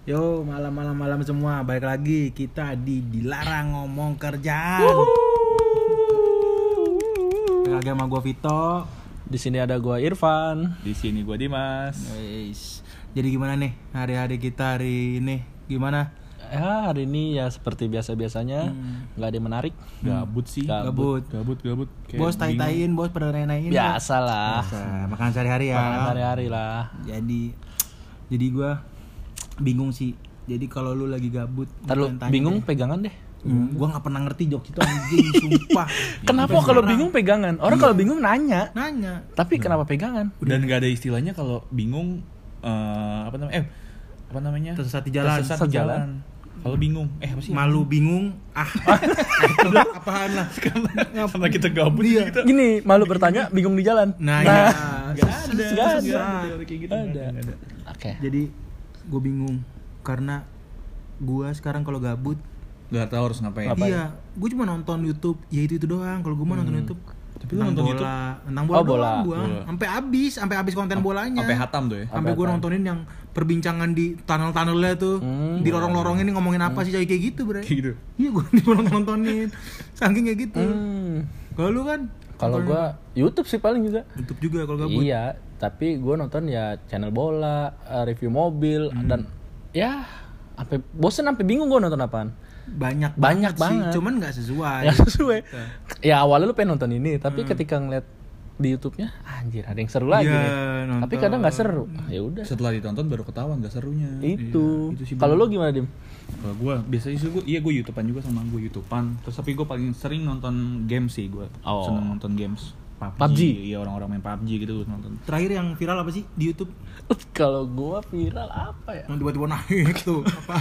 Yo, malam semua, balik lagi kita di Dilarang Ngomong Kerjaan. Lagi sama gua Vito. Di sini ada gua Irfan. Di sini gua Dimas. Guys, jadi gimana nih hari-hari kita hari ini? Gimana? Ya, hari ini ya seperti biasa-biasanya, nggak ada yang menarik. Gabut sih. Gabut. Kayak Bos tai-taiin, bos pada naik-naikin. Biasalah. Biasa, makan sehari-hari ya. Makan sehari-hari lah. Jadi gua bingung sih. Jadi kalau lu lagi gabut, Ntar lu bingung pegangan deh. Gua nggak pernah ngerti jok itu anjing, sumpah. Kenapa kalau bingung pegangan? Orang kalau bingung nanya. Tapi kenapa pegangan? Dan nggak ada istilahnya kalau bingung apa namanya? Tersesat di jalan. Kalau bingung, apa sih? Malu bingung. Apaan lah. Karena kita gabut Iya. gitu. Gini, malu bertanya, bingung di jalan. Nah, ya. Nggak ada. Kayak gitu. Ada. Nggak ada. Oke. Jadi gue bingung karena gue sekarang kalau gabut, Nggak tahu harus ngapain. iya, gue cuma nonton YouTube, ya itu doang. Kalau gue mau nonton YouTube, Tapi lu nonton YouTube? tentang bola, bola. doang gua. Sampai habis konten bolanya. Sampai hatam tuh ya. Sampai gue nontonin yang perbincangan di tunnel-tunnelnya tuh, di lorong-lorong ini ngomongin apa sih kayak gitu, bre. Kayak gitu. Iya, gue nontonin, saking kayak gitu. Kalau lu kan? Kalau gua YouTube sih paling juga. YouTube juga kalau gabut. Iya, tapi gue nonton ya channel bola, review mobil, dan ya sampai bosen, sampai bingung gue nonton apaan. Banyak Banyak sih, banget. cuman nggak sesuai. Ya sesuai. Ya awalnya lu pengen nonton ini, tapi ketika ngeliat di YouTube-nya, anjir ada yang seru lagi Iya, nih. nonton. Tapi kadang nggak seru. Ya udah. Setelah ditonton baru ketahuan nggak serunya. Itu. Itu sih Kalau lu gimana, Dim? Kalau gue biasanya sih gue YouTubean juga sama gue YouTubean. Terus tapi gue paling sering nonton game sih gue. Oh. Seneng nonton games. PUBG? Iya, orang-orang main PUBG gitu gue nonton. Terakhir yang viral apa sih di YouTube? Kalau gua viral apa ya? Yang tiba-tiba naik tuh apa?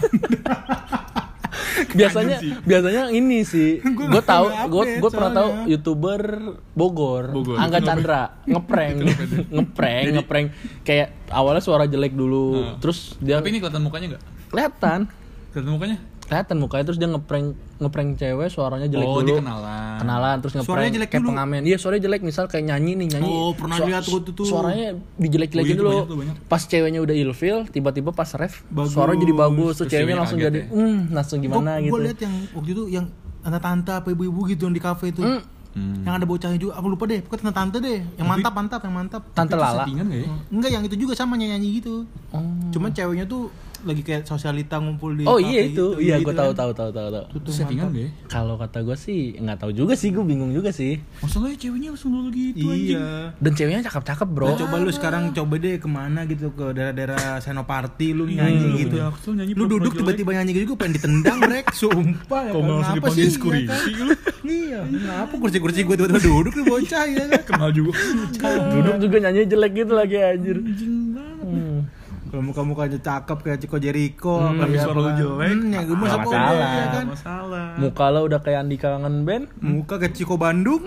Biasanya ini sih. Gue tahu, nggak gue update pernah tahu soalnya. YouTuber Bogor. Angga Kenapa? Chandra ngeprank kayak awalnya suara jelek dulu, terus dia Tapi ini kelihatan mukanya nggak? kelihatan Kelihatan mukanya? terus dia ngeprank cewek, suaranya jelek Oh, dulu. dia kenalan. Terus Suaranya ngeprank jelek kayak dulu. pengamen. Iya, suaranya jelek, misal kayak nyanyi. Oh, pernah lihat tuh. Suaranya dijelek-jelekin Oh, itu dulu. banyak. Pas ceweknya udah ilfeel, tiba-tiba pas ref Bagus. suaranya jadi bagus. Terus Terus ceweknya ceweknya langsung kaget jadi langsung gimana gitu. Gue lihat yang waktu itu yang tante-tante apa ibu-ibu gitu yang di kafe itu. Yang ada bocahnya juga. Aku lupa deh. Pokoknya tante deh. Yang mantap. Tante Lala. Settingan nggak ya? Enggak, yang itu juga sama nyanyi gitu. Cuman ceweknya tuh lagi kayak sosialita ngumpul di Oh kafe iya itu, gitu. iya Gitu gue kan. tahu. Itu Settingan mantap. nggak ya? Kalau kata gue sih nggak tahu juga sih, gue bingung juga sih. Masalahnya ceweknya langsung dulu gitu anjing. Iya. Dan ceweknya cakep-cakep bro. Nah, coba lu sekarang deh kemana gitu ke daerah-daerah Senopati lu nyanyi gitu. Jaksel nyanyi Lu duduk pura-pura tiba-tiba nyanyi gitu, gue pengen ditendang brek, sumpah ya. Kok nggak langsung Kenapa dipanggil sih, security ya kan? lu? Iya, kenapa kursi-kursi gue tiba-tiba duduk nih bocah ya kan? Kenal juga. Duduk juga nyanyi jelek gitu lagi anjir. Kalau muka-mukanya cakep kayak Chico Jericho, tapi suara lu jelek. Ya gue masa Nggak boleh masalah. ya kan. Masalah. Muka lo udah kayak Andika Kangen Band. Muka kayak Chico Bandung.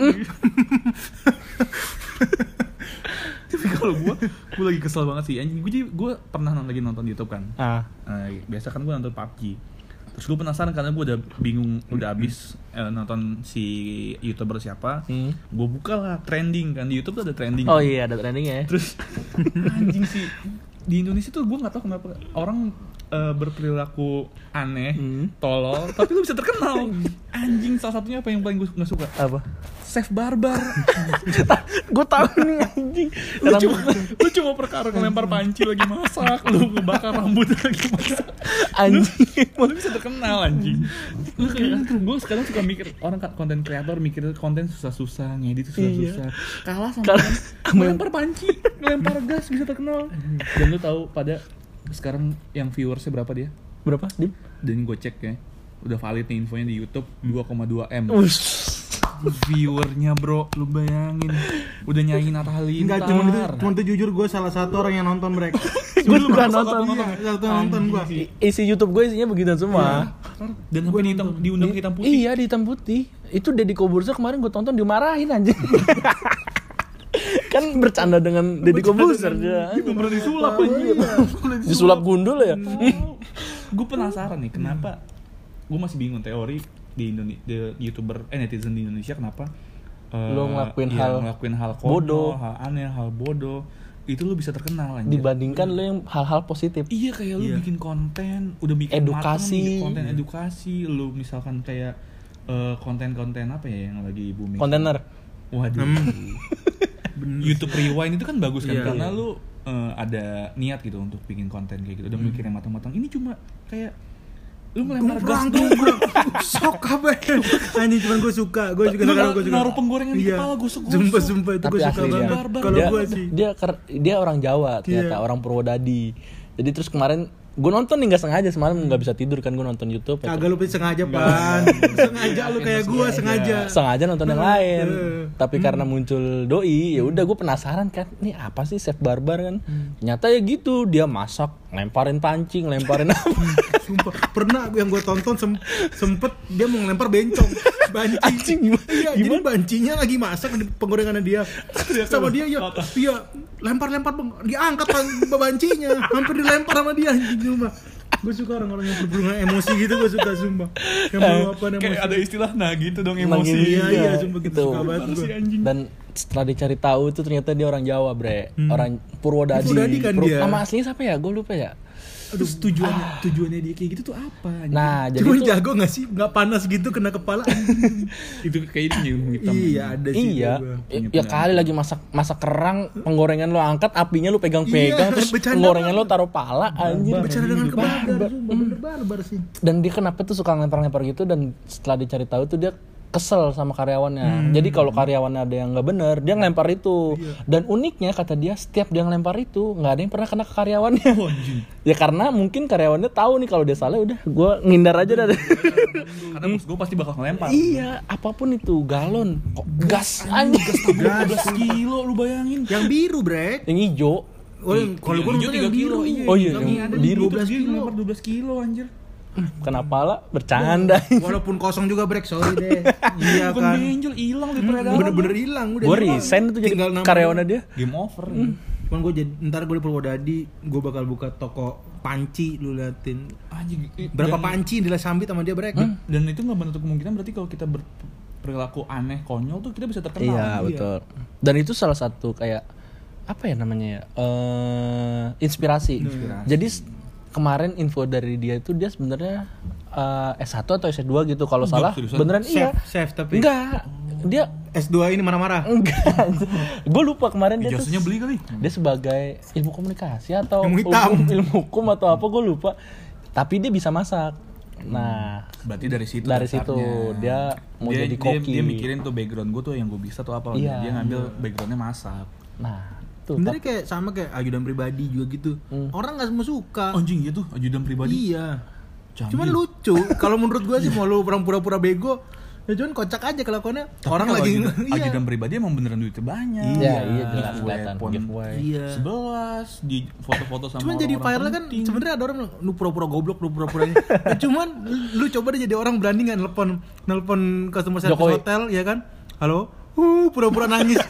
Tapi kalau gue lagi kesel banget sih anjing. Gue pernah lagi nonton YouTube kan. Biasa kan gue nonton PUBG. Terus gue penasaran karena gue udah bingung, udah abis nonton si YouTuber siapa. Gue buka lah trending kan, di YouTube tuh ada trending. Oh iya, ada trending ya. Terus anjing sih, di Indonesia tuh gue nggak tahu kenapa orang berperilaku aneh, tolol, tapi lu bisa terkenal. Anjing, salah satunya apa yang paling gue nggak suka? Apa? Chef Barbar. Gue tahu nih anjing. Lu cuma perkara ngelempar panci lagi masak, lu ngebakar rambut lagi masak. Anjing. Lu bisa terkenal anjing. Lu kayak gue sekarang suka mikir orang konten kreator mikir konten susah-susah, ngedit susah-susah. Kalah sama kan ngelempar panci, ngelempar gas bisa terkenal. Dan lu tahu pada sekarang yang viewersnya berapa dia? Berapa, Dim? Dan gue cek ya, udah valid nih infonya di YouTube 2,2 M. Viewernya bro, lu bayangin udah nyanyi Nata Halilintar. Enggak, cuman itu jujur gue salah satu orang yang nonton mereka. Gue juga nonton. Salah satu yang nonton gue. Isi YouTube gue isinya begitu semua. Dan sampai diundang ke hitam putih. Iya, di hitam putih. Itu Deddy Kobuzer kemarin gue tonton dimarahin anjing. Kan bercanda dengan Deddy Kobuzer dia. Dia belum pernah disulap anjing. Disulap gundul ya. Gue penasaran nih kenapa. Gue masih bingung teori di YouTuber netizen di Indonesia kenapa lo ngelakuin ngelakuin hal bodoh. konyol, hal aneh, hal bodoh. itu lu bisa terkenal anjir. Dibandingkan lu yang hal-hal positif. Iya, kayak lu bikin konten, udah bikin edukasi, konten edukasi, lu misalkan kayak konten-konten apa ya yang lagi booming? Kontainer. Waduh. YouTube Rewind itu kan bagus kan, karena lu ada niat gitu untuk bikin konten kayak gitu, udah mikirnya matang-matang. Ini cuma kayak lu ngelempar gas doang. Sok apa? Anjing cuman gue suka. Gue juga naruh penggorengan di kepala gosok-gosok. Sumpah itu gue suka banget. Kalau gue sih. Dia orang Jawa ternyata, orang Purwodadi. Jadi terus kemarin gue nonton nih nggak sengaja, semalam nggak bisa tidur kan, gue nonton YouTube. Kagak lu sengaja Pan. Sengaja lu kayak gue sengaja nonton yang lain. Tapi karena muncul doi, ya udah gue penasaran kan, ini apa sih chef barbar kan? Ternyata ya gitu, dia masak, lemparin panci, lemparin apa? Sumpah, pernah yang gue tonton sempet dia mau ngelempar bencong, banci. Iya, jadi bancinya lagi masak di penggorengannya dia. Sama dia iya lempar-lempar diangkat bancinya, hampir dilempar sama dia anjing. Sumpah, gue suka orang-orang yang berhubungan emosi gitu, gue suka sumpah. Yang meluapkan emosi. Kayak ada istilah gitu dong, emosi. Iya, sumpah gitu suka banget gue. Dan setelah dicari tahu itu ternyata dia orang Jawa, bre. Orang Purwodadi. Purwodadi kan dia. Nama aslinya siapa ya? Gue lupa ya. Terus tujuannya dia kayak gitu tuh apa? Nah, jadi cuman jago nggak sih? Nggak panas gitu kena kepala. Itu kayak ini hitam. Iya, ada sih. Iya. Ya kali lagi masak kerang, penggorengan lo angkat, apinya lo pegang-pegang, terus penggorengan lo taruh pala, anjir. Bicara dengan kebarbar, bener barbar sih. Dan dia kenapa tuh suka lempar-lempar gitu, dan setelah dicari tahu tuh dia kesel sama karyawannya. Jadi kalau karyawannya ada yang nggak bener, dia ngelempar itu. Dan uniknya kata dia, setiap dia ngelempar itu nggak ada yang pernah kena ke karyawannya. Ya karena mungkin karyawannya tahu nih kalau dia salah, udah gue ngindar aja dah. Karena bos gue pasti bakal ngelempar. Iya, apapun itu, galon, gas anjing, gas 12 kilo lu bayangin. Yang biru, Brek. yang hijau. Kalau gue nonton yang biru. Oh iya, yang biru 12 kilo anjir. Kenapa lah bercanda? Walaupun kosong juga, Brek, sorry deh. Iya bukan kan. benjol, hilang di peredaran. Bener-bener hilang udah. Gue resign tuh jadi karyawannya dia. Game over. Cuman gue ntar gue di Purwodadi, gue bakal buka toko panci, lu liatin. Anjing. Berapa panci yang disambit sama dia, Brek. Dan itu nggak menutup kemungkinan berarti kalau kita berperilaku aneh, konyol tuh kita bisa terkenal. Iya, betul. Dan itu salah satu kayak apa ya namanya ya? Inspirasi. Jadi kemarin info dari dia itu dia sebenarnya S1 atau S2 gitu kalau salah. Beneran iya. Chef tapi. Enggak. Dia S2 ini marah-marah. Enggak. Gue lupa kemarin dia Ijazahnya beli kali. Dia sebagai ilmu komunikasi atau ilmu hukum atau apa gue lupa. Tapi dia bisa masak. Nah, berarti dari situ dia mau jadi koki. Dia mikirin tuh background gue tuh yang gue bisa tuh apa. Dia ngambil backgroundnya masak. Nah, sebenarnya kayak sama kayak ajudan pribadi juga gitu. Orang nggak semua suka. Anjing gitu, ajudan pribadi. Iya. Cuman lucu. Kalau menurut gua sih mau lu orang pura-pura bego, ya cuman kocak aja kelakuannya. Orang lagi ajudan pribadi emang beneran duitnya banyak. Iya, jelas kelihatan giveaway. Iya. 11 di foto-foto sama cuman jadi viral kan sebenarnya ada orang lu pura-pura goblok, lu pura-pura. Cuman lu coba deh jadi orang berani enggak nelpon customer service hotel ya kan? Halo? Pura-pura nangis.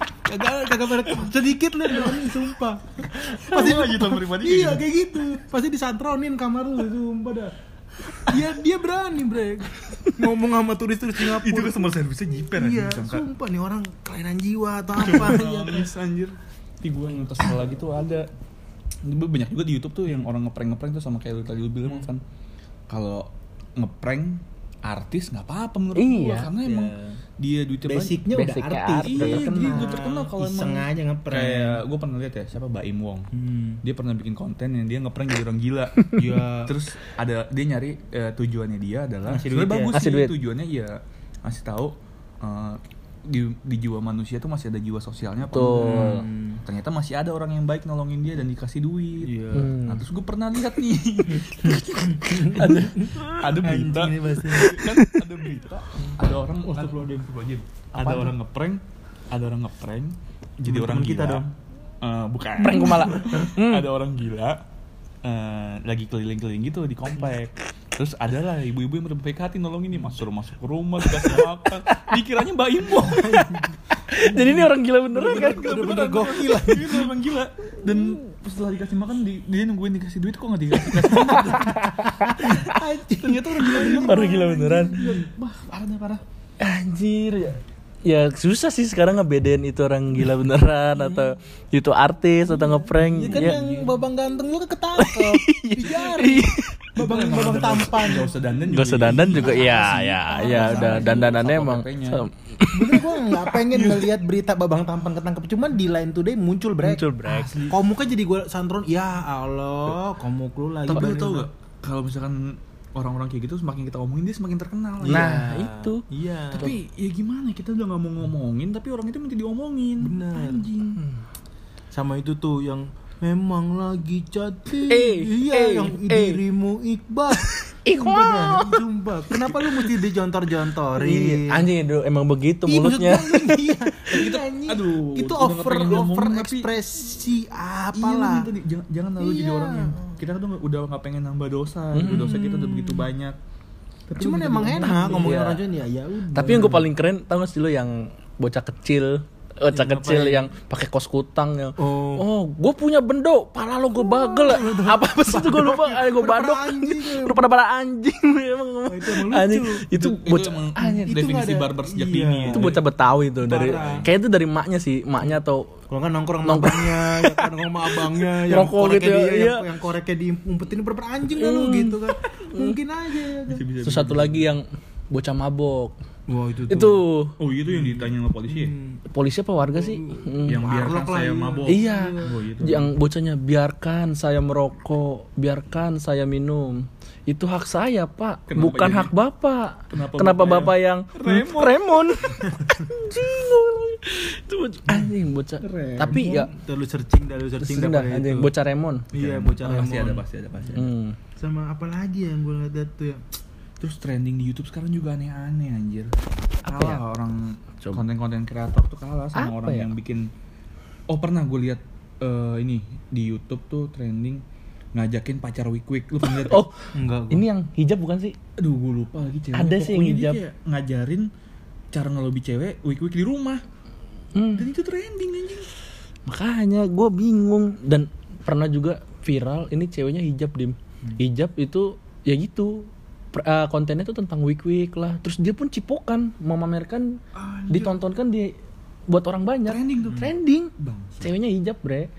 Kagak sedikit lu sumpah. Pasti ajudan pribadi. Iya kayak gitu. Pasti disantronin kamar lu sumpah dah. Dia berani, Brek. Ngomong sama turis-turis Singapura. Itu customer service-nya jiper aja. Iya, sumpah nih orang kelainan jiwa atau apa. Nangis anjir. Tapi gue yang kesel lagi tuh ada. Banyak juga di YouTube tuh yang orang ngeprank tuh sama kayak tadi lu bilang kan. Kalau ngeprank artis nggak apa-apa menurut gue karena emang dia duitnya basicnya udah artis. Iya, dia udah terkenal kalau emang sengaja ngeprank. Kayak gue pernah lihat ya siapa Baim Wong. Dia pernah bikin konten yang dia ngeprank jadi orang gila. Terus dia nyari tujuannya dia adalah sebenarnya bagus sih tujuannya ya ngasih tahu di jiwa manusia tuh masih ada jiwa sosialnya apa ternyata masih ada orang yang baik nolongin dia dan dikasih duit. Nah terus gue pernah lihat nih ada berita kan ada berita ada orang ngeprank jadi orang gila dong. Bukan prank Kumala. Ada orang gila lagi keliling-keliling gitu di komplek. Terus adalah ibu-ibu yang berbaik hati nolongin nih, masuk ke rumah dikasih makan. Dikiranya Mbak Imbo. Jadi ini orang gila beneran kan? Bener gokil lah. Itu orang gila. Dan setelah dikasih makan dia nungguin dikasih duit kok enggak dikasih. Ternyata orang gila beneran. Orang gila beneran. Wah, parah. Anjir ya. Ya susah sih sekarang ngebedain itu orang gila beneran atau itu artis atau ngeprank. Ya kan yang babang ganteng juga ketangkep di jari. Babang tampan. Gak usah dandan juga. Ya udah dandanannya emang. Bener gue nggak pengen ngelihat berita babang tampan ketangkep, cuman di Line Today muncul brek. Komuknya jadi gue santron. Ya Allah, komuk lu lagi. Tapi lu tau gak kalau misalkan orang-orang kayak gitu semakin kita omongin dia semakin terkenal. Nah itu. Iya. Tapi ya gimana, kita udah nggak mau ngomongin tapi orang itu minta diomongin. Bener. Anjing. Sama itu tuh yang memang lagi cantik. Iya yang dirimu Iqbal. Sumpah. Kenapa lu mesti dijontor-jontorin? Anjing itu emang begitu mulutnya. Iya. Itu over ekspresi apalah. Iya, jangan lalu jadi orang yang kita tuh udah nggak pengen nambah dosa. Dosa kita udah begitu banyak. Tapi cuman emang enak ngomongin orang lain ya udah. Tapi yang gue paling keren tau gak sih lo yang bocah kecil yang pakai kos kutang yang gue punya bendo pala lo gue bagel apa sih itu gue lupa gue badok udah pada anjing emang anjing itu bocah definisi barbar sejak dini itu bocah Betawi itu dari kayak itu dari maknya atau kalau kan nongkrong abangnya ya kan nongkrong sama abangnya yang koreknya gitu dia yang koreknya diumpetin anjing kan lu gitu kan mungkin aja terus satu lagi yang bocah mabok. Wah itu. Oh itu yang ditanya sama polisi. Polisi apa warga sih? Yang biarkan saya mabok. Iya. Yang bocahnya biarkan saya merokok, biarkan saya minum. Itu hak saya, Pak. Bukan hak Bapak. Kenapa Bapak yang Remon? Itu anjing bocah. Tapi ya terlalu searching dah anjing bocah Remon. Iya, bocah Remon. Pasti ada. Sama apa lagi yang gue lihat tuh ya? Terus trending di YouTube sekarang juga aneh-aneh anjir. Apa ya? Orang konten-konten kreator tuh kalah sama orang yang bikin. Oh pernah gue lihat ini di YouTube tuh trending ngajakin pacar wik-wik. Lu pernah lihat? Oh enggak. Ini yang hijab bukan sih? Aduh gue lupa lagi cewek. Ada sih yang hijab. Dia ngajarin cara ngelobi cewek wik-wik di rumah. Dan itu trending anjing. Makanya gue bingung. Dan pernah juga viral ini ceweknya hijab dim. Hijab itu ya gitu. Kontennya tuh tentang wik-wik lah. Terus dia pun cipokan, memamerkan, ditontonkan buat orang banyak. Trending. Ceweknya hijab, bre.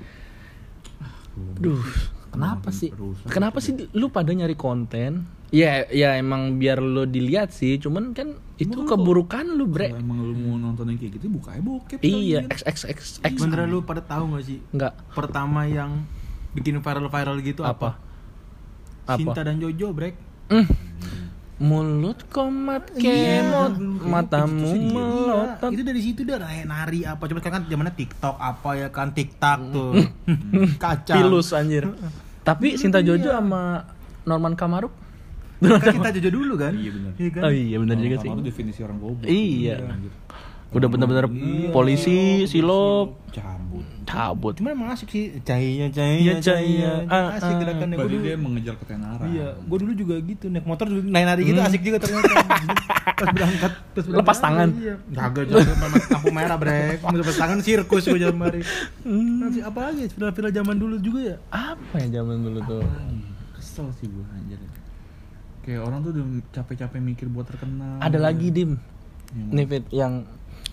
Aduh, kenapa sih? Kenapa sih lu pada nyari konten? Ya emang biar lu dilihat sih, cuman kan itu keburukan lu, bre. Kalau emang lu mau nonton yang kayak gitu, buka aja bokep. Iya, XXX. Beneran lu pada tahu enggak sih? Enggak. Pertama yang bikin viral gitu apa? Cinta dan Jojo, brek. Mulut komat kemot, matamu melotot. Itu dari situ udah nari apa? Cuma kan zamannya TikTok apa ya kan TikTok tuh. Kacau. Pilus anjir. Tapi Sinta Jojo sama Norman Kamaruk. Kan Sinta Jojo dulu kan? Iya benar. Oh iya benar juga sih. Itu definisi orang goblok. Iya. Udah bener-bener polisi silop cabut. Cuma emang asik sih cahaya. Asik gerakannya. Berarti dia mengejar ketenaran. Iya, gue dulu juga gitu naik motor nari gitu asik juga ternyata. Pas berangkat lepas tangan. Kagak lampu merah brek. Lepas tangan sirkus gue jalan mari. Apa lagi film-film zaman dulu juga ya? Apa ya zaman dulu tuh? Kesel sih gue anjir. Kayak orang tuh udah capek-capek mikir buat terkenal. Ada lagi Dim. Nih Fit yang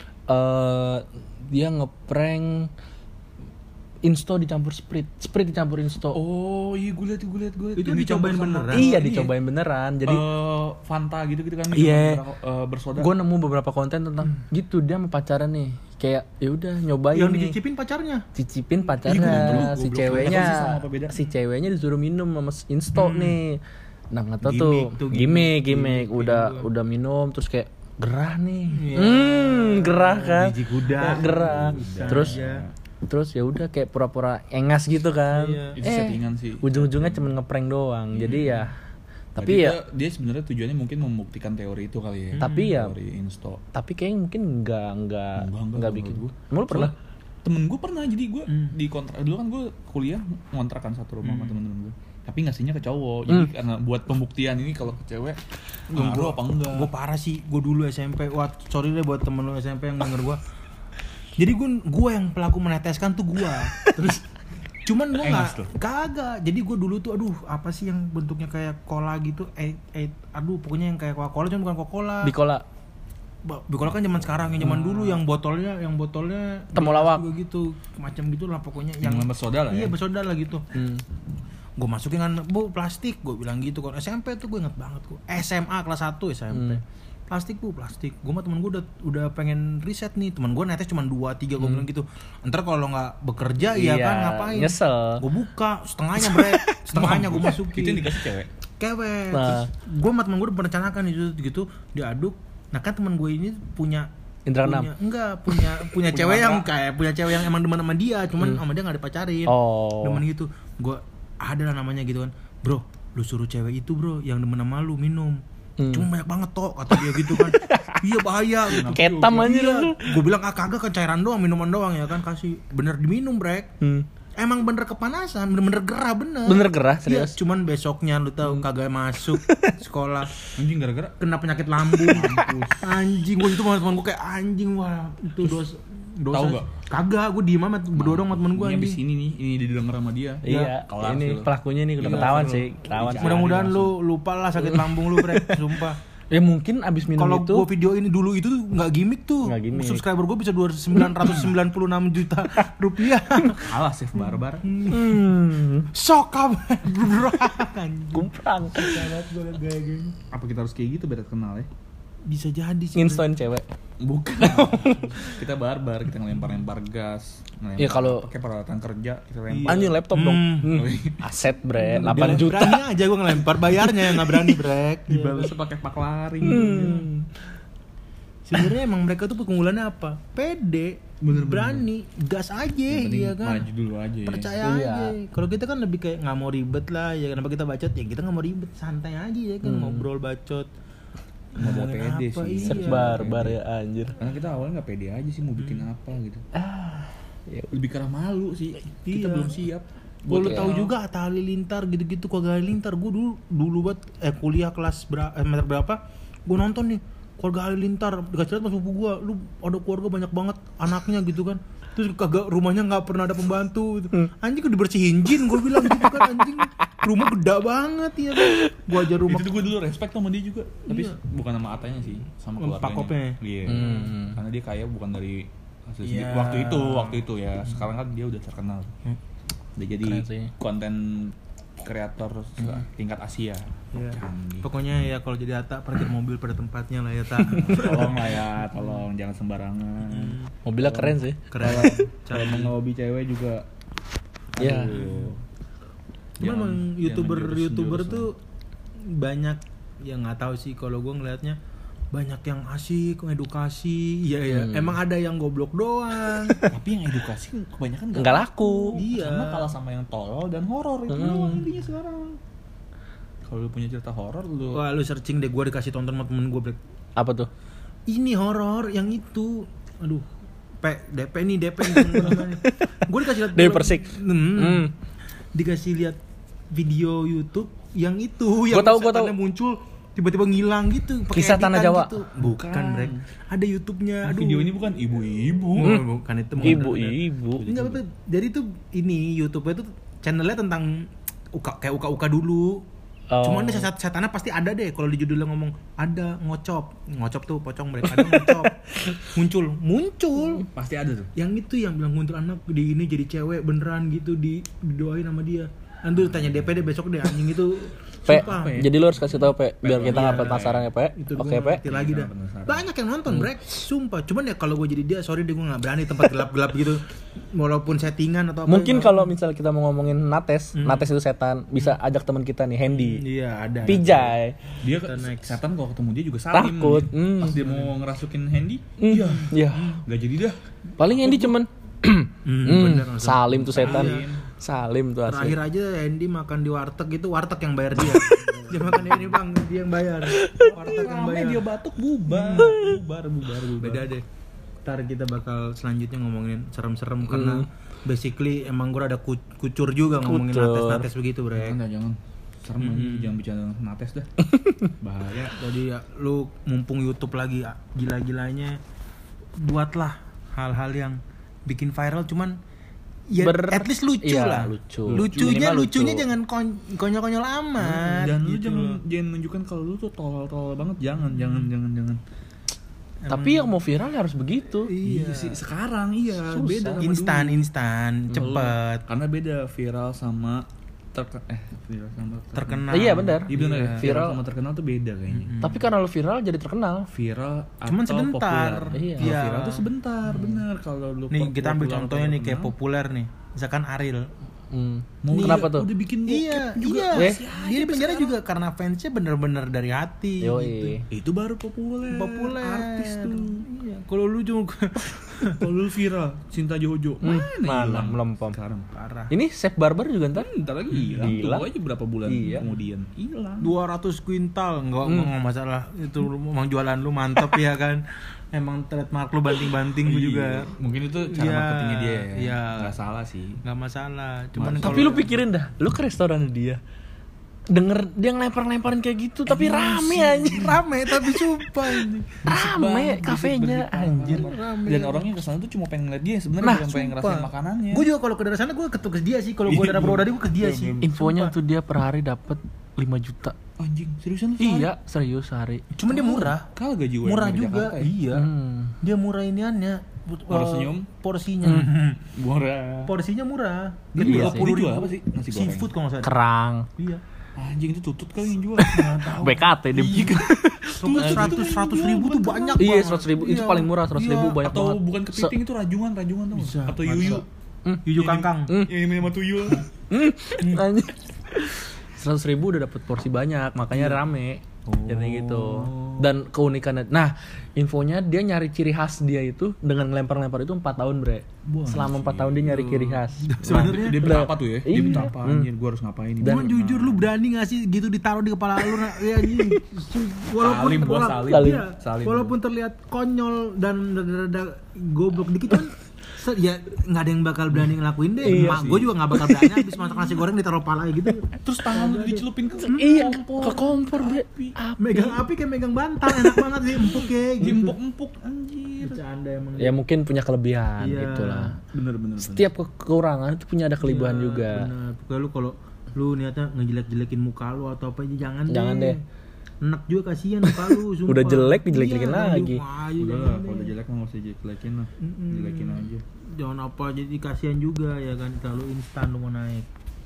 dia ngeprank Insto dicampur Sprite dicampur Insto. Oh iya gue liat. Itu dicobain beneran. Iya dicobain beneran. Jadi Fanta gitu kan. Iya. Bersoda. Gue nemu beberapa konten tentang gitu dia sama pacaran nih. Kayak ya udah nyobain yang nih. Dicicipin pacarnya. Si ceweknya disuruh minum sama Insto nih. Nah nggak tahu tuh gimmick udah minum terus kayak gerah nih. Gerah kan. Biji kuda. Gerah. Terus ya udah kayak pura-pura engas gitu kan. Itu settingan sih. Ujung-ujungnya cuma ngeprank doang. Jadi ya tapi ya dia sebenarnya tujuannya mungkin membuktikan teori itu kali ya. Tapi ya teori Insto. Tapi kayaknya mungkin enggak bikin gue. Lu pernah? Temen gue pernah, jadi gue di kontrak dulu kan gue kuliah ngontrakan satu rumah sama temen-temen gue. Tapi ngasihnya ke cowok. Jadi karena buat pembuktian ini kalau ke cewek ngaruh apa enggak. Gue parah sih, gue dulu SMP. Wah, sorry deh buat temen lu SMP yang denger gue. Jadi gue yang pelaku meneteskan tuh gue. Terus cuman gue kagak. Jadi gue dulu tuh apa sih yang bentuknya kayak cola gitu. Pokoknya yang kayak Coca-Cola cuma bukan Coca-Cola. Bicola. Bicola kan zaman sekarang, yang zaman dulu yang botolnya temulawak gitu, macam gitulah pokoknya yang bersoda lah iya, ya. bersoda lah gitu. Gue masukin kan, bu plastik, gue bilang gitu kan. SMP tuh gue inget banget gue. SMA kelas 1 SMP. Plastik bu, plastik. Gue sama temen gue udah pengen riset nih. Temen gue netes cuma 2-3, gue bilang gitu. Ntar kalau nggak bekerja ya kan ngapain? Nyesel. Gue buka setengahnya bre, setengahnya gue masukin. Itu yang dikasih cewek. Terus gue sama temen gue udah merencanakan itu gitu, diaduk. Nah kan temen gue ini punya cewek yang kayak punya cewek yang emang demen sama dia, cuman sama dia nggak dipacarin. Demen gitu. Gue ada lah namanya gitu kan. Bro, lu suruh cewek itu bro yang demen sama lu minum. Cuma banyak banget toh kata dia gitu kan. Iya bahaya. Ketam aja lu. Gue bilang kagak kan cairan doang, minuman doang ya kan, kasih bener diminum brek. Emang bener kepanasan, bener gerah bener. Bener gerah serius. Ya, cuman besoknya lu tahu kagak masuk sekolah. Anjing gara-gara Kena penyakit lambung. Anjing gue itu teman gue kayak anjing, wah itu dosa. Tahu gak? Kagak, gue diem amat berdua dong sama temen gue ini anjing. abis ini nih, ini didengar sama dia. Iya, kelas ini dulu. pelakunya nih udah ketahuan sih. Ketahuan sih. Mudah-mudahan lu lupa lah sakit lambung lu brek, sumpah. Ya mungkin abis minum Kalau itu gue video ini dulu itu nggak gimmick tuh. Nggak gimmick. Subscriber gue bisa 996 juta rupiah. Kalah Chef Barbar. Sokap bro. kumprang. Apa kita harus kayak gitu biar terkenal ya? Bisa jadi sih. Nginstoin cewek. Bukan. Kita barbar, kita ngelempar-lempar gas. Iya, kalau pakai peralatan kerja kita lempar. anjing laptop dong. Aset bre, 8 juta. Berani aja gue ngelempar, bayarnya yang nggak berani brek. Dibalas pakai paklaring. Sebenarnya emang mereka tuh keunggulannya apa? Pede, berani, gas aja, iya kan. Maju dulu aja. Percaya Iya. aja. Kalau kita kan lebih kayak nggak mau ribet lah, ya kenapa kita bacot ya kita nggak mau ribet, santai aja ya kan, ngobrol bacot. Modal Ngomongin pede apa, sih. iya. Set barbar ya anjir. Karena kita awalnya nggak pede aja sih mau bikin apa gitu. Ya, Lebih karena malu sih. Kita Iya. belum siap. Gue lu Iya. tahu juga Atta Halilintar gitu-gitu, Keluarga Halilintar. Gue dulu buat kuliah kelas semester berapa? Gue nonton nih Keluarga Halilintar, dikasih lihat sama sepupu gue, lu ada keluarga banyak banget anaknya gitu kan. Terus kagak rumahnya nggak pernah ada pembantu gitu. Anjing udah dibersihin jin, gue bilang gitu kan, anjing rumah gede banget ya kan. Gue aja rumah Itu gue dulu respect sama dia juga. Tapi Iya. bukan sama Atanya sih, sama Sama Pak Kopnya. keluarganya. Iya. Karena dia kaya bukan dari hasil Iya. sendiri. Waktu itu ya. Sekarang kan dia udah terkenal. Udah jadi Keren sih. konten kreator tingkat Asia. Iya. Canggih. Pokoknya ya kalau jadi Atta parkir mobil pada tempatnya lah ya tak. Tolong lah ya, tolong jangan sembarangan. mobilnya keren sih. Keren. Kalau mau nge-hobi cewek juga. Iya. aduh. Cuma emang youtuber jurus-jurus tuh banyak yang nggak tahu sih, kalau gue ngelihatnya banyak yang asik edukasi, iya emang ada yang goblok doang. Tapi yang edukasi kebanyakan Nggak laku. Iya. Karena kalah sama yang tolol dan horor itu doang intinya sekarang. Kalau lu punya cerita horor lu Wah lu searching deh, gue dikasih tonton sama temen gue Brek. Apa tuh? Ini horor yang itu, aduh DP nih gue dikasih lihat Dewi Persik. Dikasih lihat video YouTube yang itu yang Gua tahu. setannya muncul tiba-tiba ngilang gitu pakai Kisah Tanah editan Jawa. gitu. Bukan Brek, ada YouTube-nya. Aduh, video ini bukan ibu-ibu. bukan itu Ibu-ibu. enggak apa, jadi tuh ini YouTube-nya tuh channelnya tentang kayak uka dulu. Cuman setannya pasti ada deh, kalau di judulnya ngomong ada ngocop tuh pocong mereka ada ngocop. muncul Pasti ada tuh. yang itu yang bilang kuntul anak di ini jadi cewek beneran gitu, didoain sama dia. Nanti tanya DP deh besok deh anjing itu. Pe, Sumpah. jadi lu harus kasih tahu Pe, biar kita nggak Iya. penasaran ya Pe. Itu Oke Pe. ngerti lagi dah. penasaran. Banyak yang nonton Brek, sumpah. Cuman ya kalau gue jadi dia, sorry deh gue nggak berani tempat gelap-gelap gitu. Walaupun settingan atau apa. Mungkin kalau misal kita mau ngomongin Nates itu setan, bisa ajak teman kita nih Hendy, iya ada. Pijay. Dia setan kalau ketemu dia juga salim. Takut. Pas dia mau ngerasukin Handy, Iya. nggak jadi dah. Paling Hendy cuman Bener, langsung. salim tuh setan. Iya. Salim tuh asli. Terakhir aja Andy makan di warteg gitu, warteg yang bayar dia. Dia makan ini bang, dia yang bayar. Warteg yang bayar. Dia batuk bubar. Beda deh. Ntar kita bakal selanjutnya ngomongin serem-serem karena basically emang gue ada kucur juga ngomongin Kucur. nates begitu Brek. Jangan. Serem aja, jangan bicara nates dah. Bahaya. Jadi ya, lu mumpung YouTube lagi gila-gilanya, buatlah hal-hal yang bikin viral, cuman ya at least lucu iya, lah. Lucunya Lucunya jangan konyol-konyol amat. Dan lu gitu. jangan nunjukkan kalau lu tuh tolol banget. Jangan. Tapi yang mau viral ya harus begitu. Iya sih sekarang Susah. beda sama Instan, cepet. Karena beda viral sama viral sama Terkenal. Iya benar. Iya benar ya. Viral Viral. sama terkenal tuh beda kayaknya. Tapi karena lu viral jadi terkenal. Viral Cuman atau sebentar. populer. Iya. Kalau Iya. viral tuh sebentar, benar. Kalau lu Nih kita ambil populer contohnya atau nih kayak terkenal, populer nih. Misalkan Ariel. Kenapa tuh? Udah bikin bokep Iya, juga. iya. Masih aja Dia di penjara sekarang. juga karena fansnya bener-bener dari hati. Yoi. Itu baru populer. Artis tuh. Iya. Kalau lu cuma Kalau lu viral Cinta Jojo, Mana hilang melempem. sekarang. parah. Ini Chef Barber juga ntar. Ntar lagi hilang. Hilang. Tunggu aja berapa bulan Iya. kemudian hilang. 200 kuintal enggak masalah. Itu emang jualan lu mantep ya kan. Emang trademark lu banting-banting gua juga. Mungkin itu cara Iya, marketingnya dia ya. iya. Nggak salah sih. Enggak masalah. Cuman Tapi lu pikirin dah, lu ke restoran dia. Denger dia ngelempar-lemparin kayak gitu, tapi rame anjir. rame tapi sumpah anjing. Rame kafenya anjir. Dan orangnya kesana tuh cuma pengen ngeliat dia sebenarnya bukan pengen ngerasain makanannya. Gue juga kalau ke daerah sana gue ketuk ke dia sih. Kalau gue daerah Purwodadi gue ke dia sih. Infonya tuh dia per hari dapat 5 juta. Anjing, seriusan lu? Iya, serius sehari. Cuman dia murah. Kalah gaji gue Murah juga. Iya. Dia murah iniannya. Murah senyum? Porsinya. Murah. Porsinya murah. Iya sih. 20.000 apa sih? Nasi goreng. Seafood kalau nggak salah. Kerang. Iya. Anjing itu tutut kali yang jual. Nggak tahu. BKT dia. Tuh 100 ribu tuh banyak Iya, banget. 100 ribu itu paling murah, 100 ribu banyak Atau banget. bukan kepiting itu rajungan tuh nggak? Atau yuyu. Yuyu kangkang. Yang ini sama tuyul. Anjir. 100 ribu udah dapet porsi banyak, makanya rame. Jadi gitu. Dan keunikannya, nah infonya dia nyari ciri khas dia itu dengan ngelempar-lempar itu 4 tahun bre. Selama 4 tahun dia nyari ciri khas. Sebenarnya Dia betapa tuh ya. Dia Iya. betapa anjir gua harus ngapain ini. Cuman jujur lu berani gak sih gitu ditaruh di kepala lu ya anjing. Walaupun Salim, bos, walaupun- salim. iya, Salim. walaupun terlihat konyol dan rada goblok dikit kan ya nggak ada yang bakal berani ngelakuin deh. Iya Mak gue juga nggak bakal berani habis masak nasi goreng ditaruh kepala gitu. Terus tangan lu dicelupin ke Iya, ke kompor bre. Megang api kayak megang bantal, enak banget sih empuk ya gitu. empuk anjir. Bercanda emang. Ya mungkin punya kelebihan Iya. itulah. Bener. Setiap kekurangan itu punya ada kelebihan juga. Bener. Pokoknya lu kalau lu niatnya ngejelek-jelekin muka lu atau apa jangan deh. Enak juga kasihan muka lu sumpah. Udah jelek dijelek-jelekin Iya, lagi. wah, Udah jangan lah, deh. kalau udah jelek mah nggak usah jelekin lah. Jelekin aja. Jangan apa jadi kasihan juga ya kan kalau instan lu mau naik.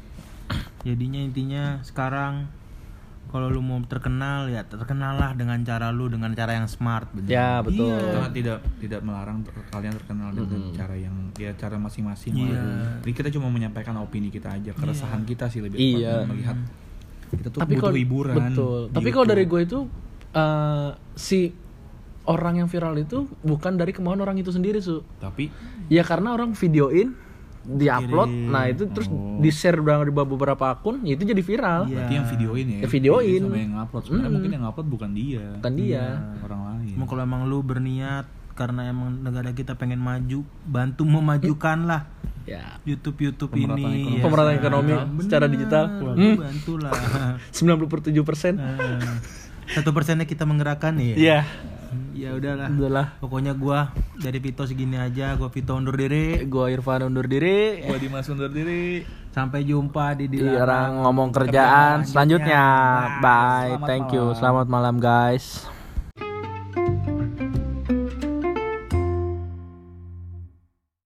Jadinya intinya sekarang kalau lu mau terkenal ya terkenal lah dengan cara lu dengan cara yang smart bener. Ya betul. Kita tidak melarang kalian terkenal dengan cara yang cara masing-masing. Iya. Jadi kita cuma menyampaikan opini kita aja, keresahan kita sih lebih Iya. tepatnya melihat kita tuh Tapi butuh kalau hiburan. betul. di Tapi kalau YouTube. dari gue itu si orang yang viral itu bukan dari kemauan orang itu sendiri Tapi ya karena orang videoin diupload, nah itu terus di-share dari beberapa akun, ya itu jadi viral. Iya. berarti yang videoin ya. Ya, videoin. Sama yang ngupload. Sebenarnya mungkin yang ngupload bukan dia. Bukan dia. Orang lain. Emang kalau emang lu berniat karena emang negara kita pengen maju, bantu memajukan lah Ya. YouTube Pemerataan ini. ekonomi. ya Pemerataan kan? ekonomi secara digital. Bantulah. 97%. 1%-nya kita menggerakkan ya. Iya. Ya udahlah. Udahlah. Pokoknya gua dari Vito segini aja. Gua Vito undur diri. Gua Irfan undur diri. Gua Dimas undur diri. Sampai jumpa di Di orang ngomong kerjaan selanjutnya. Bye. Selamat Thank you. malam. Selamat malam guys.